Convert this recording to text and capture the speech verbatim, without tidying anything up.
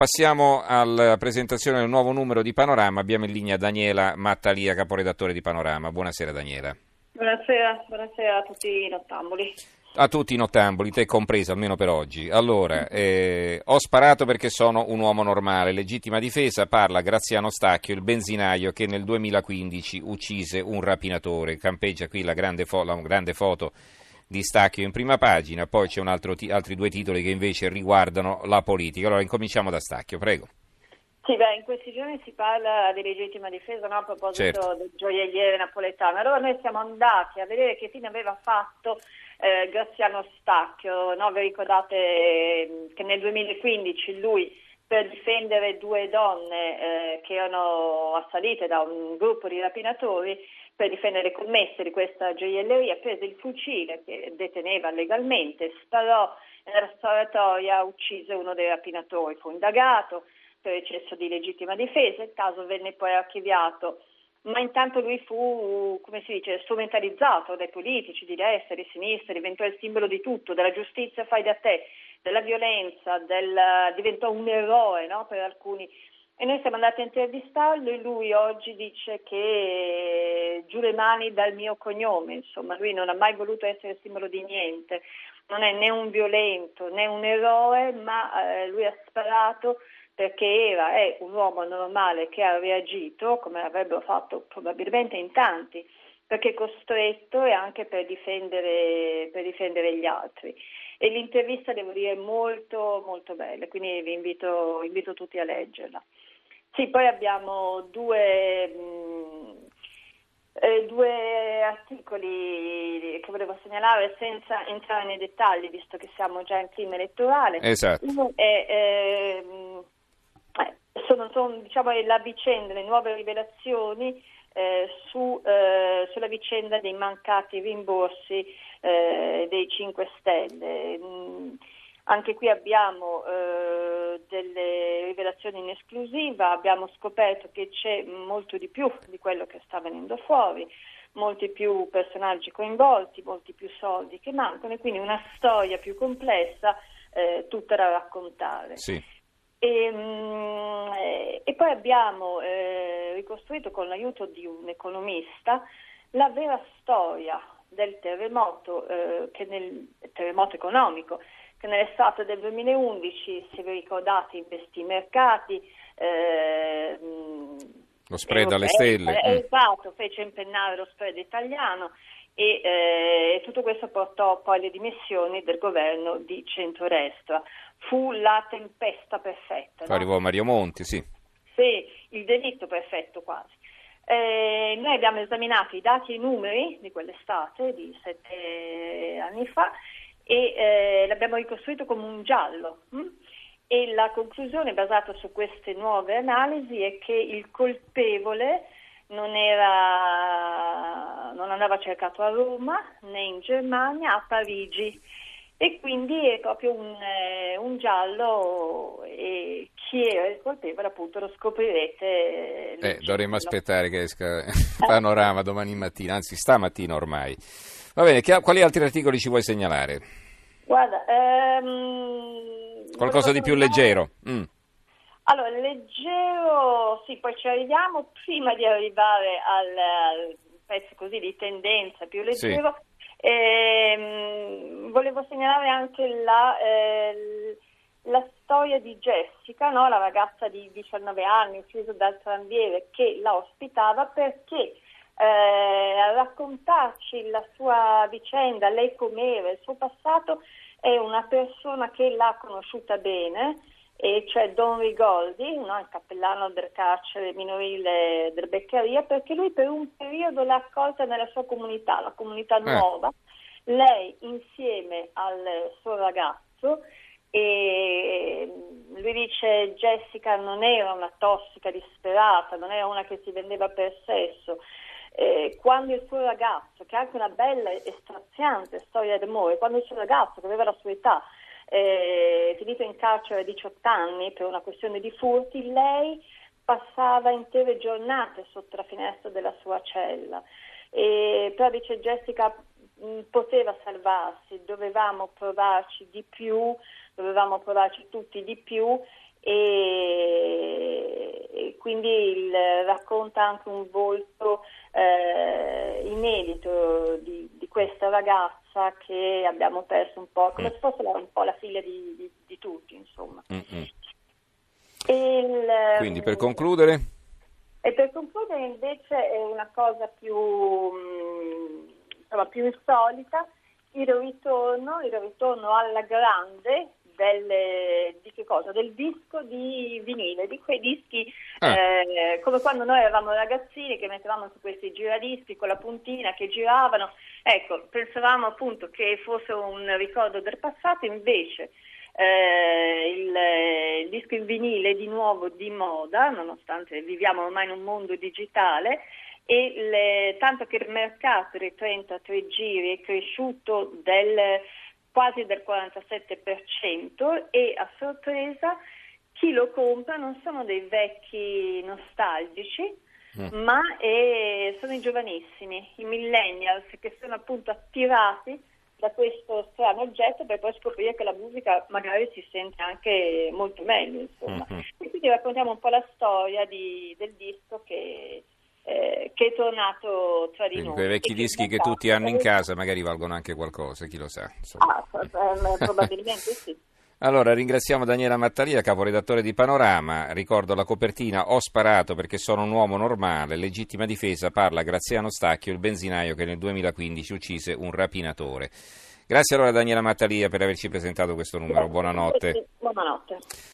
Passiamo alla presentazione del nuovo numero di Panorama. Abbiamo in linea Daniela Mattalia, caporedattore di Panorama. Buonasera Daniela. Buonasera, buonasera a tutti i nottamboli. A tutti i nottamboli, te compresa, almeno per oggi. Allora, eh, ho sparato perché sono un uomo normale. Legittima difesa, parla Graziano Stacchio, il benzinaio che nel duemilaquindici uccise un rapinatore. Campeggia qui la grande, fo- la grande foto di Stacchio in prima pagina, poi c'è un altro ti- altri due titoli che invece riguardano la politica. Allora incominciamo da Stacchio, prego. Sì, beh, in questi giorni si parla di legittima difesa, no? A proposito Certo. del gioielliere napoletano. Allora noi siamo andati a vedere che fine aveva fatto eh, Graziano Stacchio, no? Vi ricordate eh, che nel duemilaquindici lui, per difendere due donne eh, che erano assalite da un gruppo di rapinatori, per difendere le commesse di questa gioielleria, prese il fucile che deteneva legalmente, sparò nella sparatoria, uccise uno dei rapinatori, fu indagato per eccesso di legittima difesa, il caso venne poi archiviato, ma intanto lui fu, come si dice, strumentalizzato dai politici di destra, di sinistra, diventò il simbolo di tutto, della giustizia fai da te, della violenza, del, diventò un eroe, no, per alcuni. E noi siamo andati a intervistarlo e lui oggi dice che giù le mani dal mio cognome, insomma lui non ha mai voluto essere simbolo di niente, non è né un violento né un eroe, ma eh, lui ha sparato perché era, è un uomo normale che ha reagito, come avrebbero fatto probabilmente in tanti, perché è costretto e anche per difendere, per difendere gli altri. E l'intervista, devo dire, è molto molto bella, quindi vi invito, invito tutti a leggerla. Sì, poi abbiamo due, mh, eh, due articoli che volevo segnalare senza entrare nei dettagli, visto che siamo già in clima elettorale. Esatto. Uno è, ehm, sono, sono diciamo, la vicenda, le nuove rivelazioni eh, su, eh, sulla vicenda dei mancati rimborsi eh, dei cinque Stelle. Mm, Anche qui abbiamo eh, delle rivelazioni in esclusiva, abbiamo scoperto che c'è molto di più di quello che sta venendo fuori, molti più personaggi coinvolti, molti più soldi che mancano e quindi una storia più complessa, eh, tutta da raccontare. Sì. E, mh, e poi abbiamo eh, ricostruito con l'aiuto di un economista la vera storia del terremoto, eh, che nel terremoto economico, che nell'estate del duemilaundici, se vi ricordate, investì i mercati, eh, Lo spread europei, alle stelle. eh, Mm. esatto, fece impennare lo spread italiano e eh, tutto questo portò poi alle dimissioni del governo di centrodestra. Fu la tempesta perfetta. Poi No? arrivò Mario Monti, sì. Sì, il delitto perfetto quasi. Eh, noi abbiamo esaminato i dati e i numeri di quell'estate, di sette anni fa, e eh, l'abbiamo ricostruito come un giallo. Hm? E la conclusione basata su queste nuove analisi è che il colpevole non era, non andava cercato a Roma, né in Germania, a Parigi. E quindi è proprio un, eh, un giallo e chi era il colpevole appunto lo scoprirete. Eh, dovremmo aspettare che esca Panorama domani mattina, anzi stamattina ormai. Va bene, che- quali altri articoli ci vuoi segnalare? Guarda, ehm, Qualcosa di più segnalare- leggero? Mm. Allora, leggero, sì, poi ci arriviamo. Prima di arrivare al, al pezzo così di tendenza più leggero, ehm, volevo segnalare anche la, eh, la storia di Jessica, no? La ragazza di diciannove anni, uccisa dal tranviere che la ospitava, perché eh, a raccontarci la sua vicenda, lei com'era, il suo passato, è una persona che l'ha conosciuta bene, e cioè Don Rigoldi, no, il cappellano del carcere minorile del Beccaria, perché lui per un periodo l'ha accolta nella sua comunità, la comunità nuova, lei insieme al suo ragazzo, e lui dice Jessica non era una tossica disperata, non era una che si vendeva per sesso. Eh, quando il suo ragazzo, che ha anche una bella e straziante storia d'amore, quando il suo ragazzo, che aveva la sua età, eh, finito in carcere a diciotto anni per una questione di furti, lei passava intere giornate sotto la finestra della sua cella. E, però dice Jessica mh, poteva salvarsi, dovevamo provarci di più, dovevamo provarci tutti di più, e, e quindi il, racconta anche un volto eh, inedito di, di questa ragazza che abbiamo perso un po', come se fosse un po' la figlia di, di, di tutti, insomma. Mm-hmm. E il, quindi per concludere? E per concludere invece è una cosa più, insomma, più insolita, il ritorno, il ritorno alla grande del, di che cosa? Del disco di vinile, di quei dischi ah. eh, come quando noi eravamo ragazzini che mettevamo su questi giradischi con la puntina che giravano. Ecco, pensavamo appunto che fosse un ricordo del passato, invece Eh, il, il disco in vinile è di nuovo di moda, nonostante viviamo ormai in un mondo digitale, e le, tanto che il mercato dei trentatré giri è cresciuto del, quasi del quarantasette per cento, e a sorpresa chi lo compra non sono dei vecchi nostalgici, mm. ma è, sono i giovanissimi, i millennials, che sono appunto attirati da questo strano oggetto per poi scoprire che la musica magari si sente anche molto meglio, insomma. Mm-hmm. E quindi raccontiamo un po' la storia di, del disco che, eh, che è tornato tra di quindi noi. Quei vecchi dischi che tutti hanno in casa magari valgono anche qualcosa, chi lo sa. Ah, probabilmente sì. Allora, ringraziamo Daniela Mattalia, caporedattore di Panorama. Ricordo la copertina: ho sparato perché sono un uomo normale, legittima difesa, parla Graziano Stacchio, il benzinaio che nel duemilaquindici uccise un rapinatore. Grazie allora Daniela Mattalia per averci presentato questo numero. Buonanotte. Buonanotte.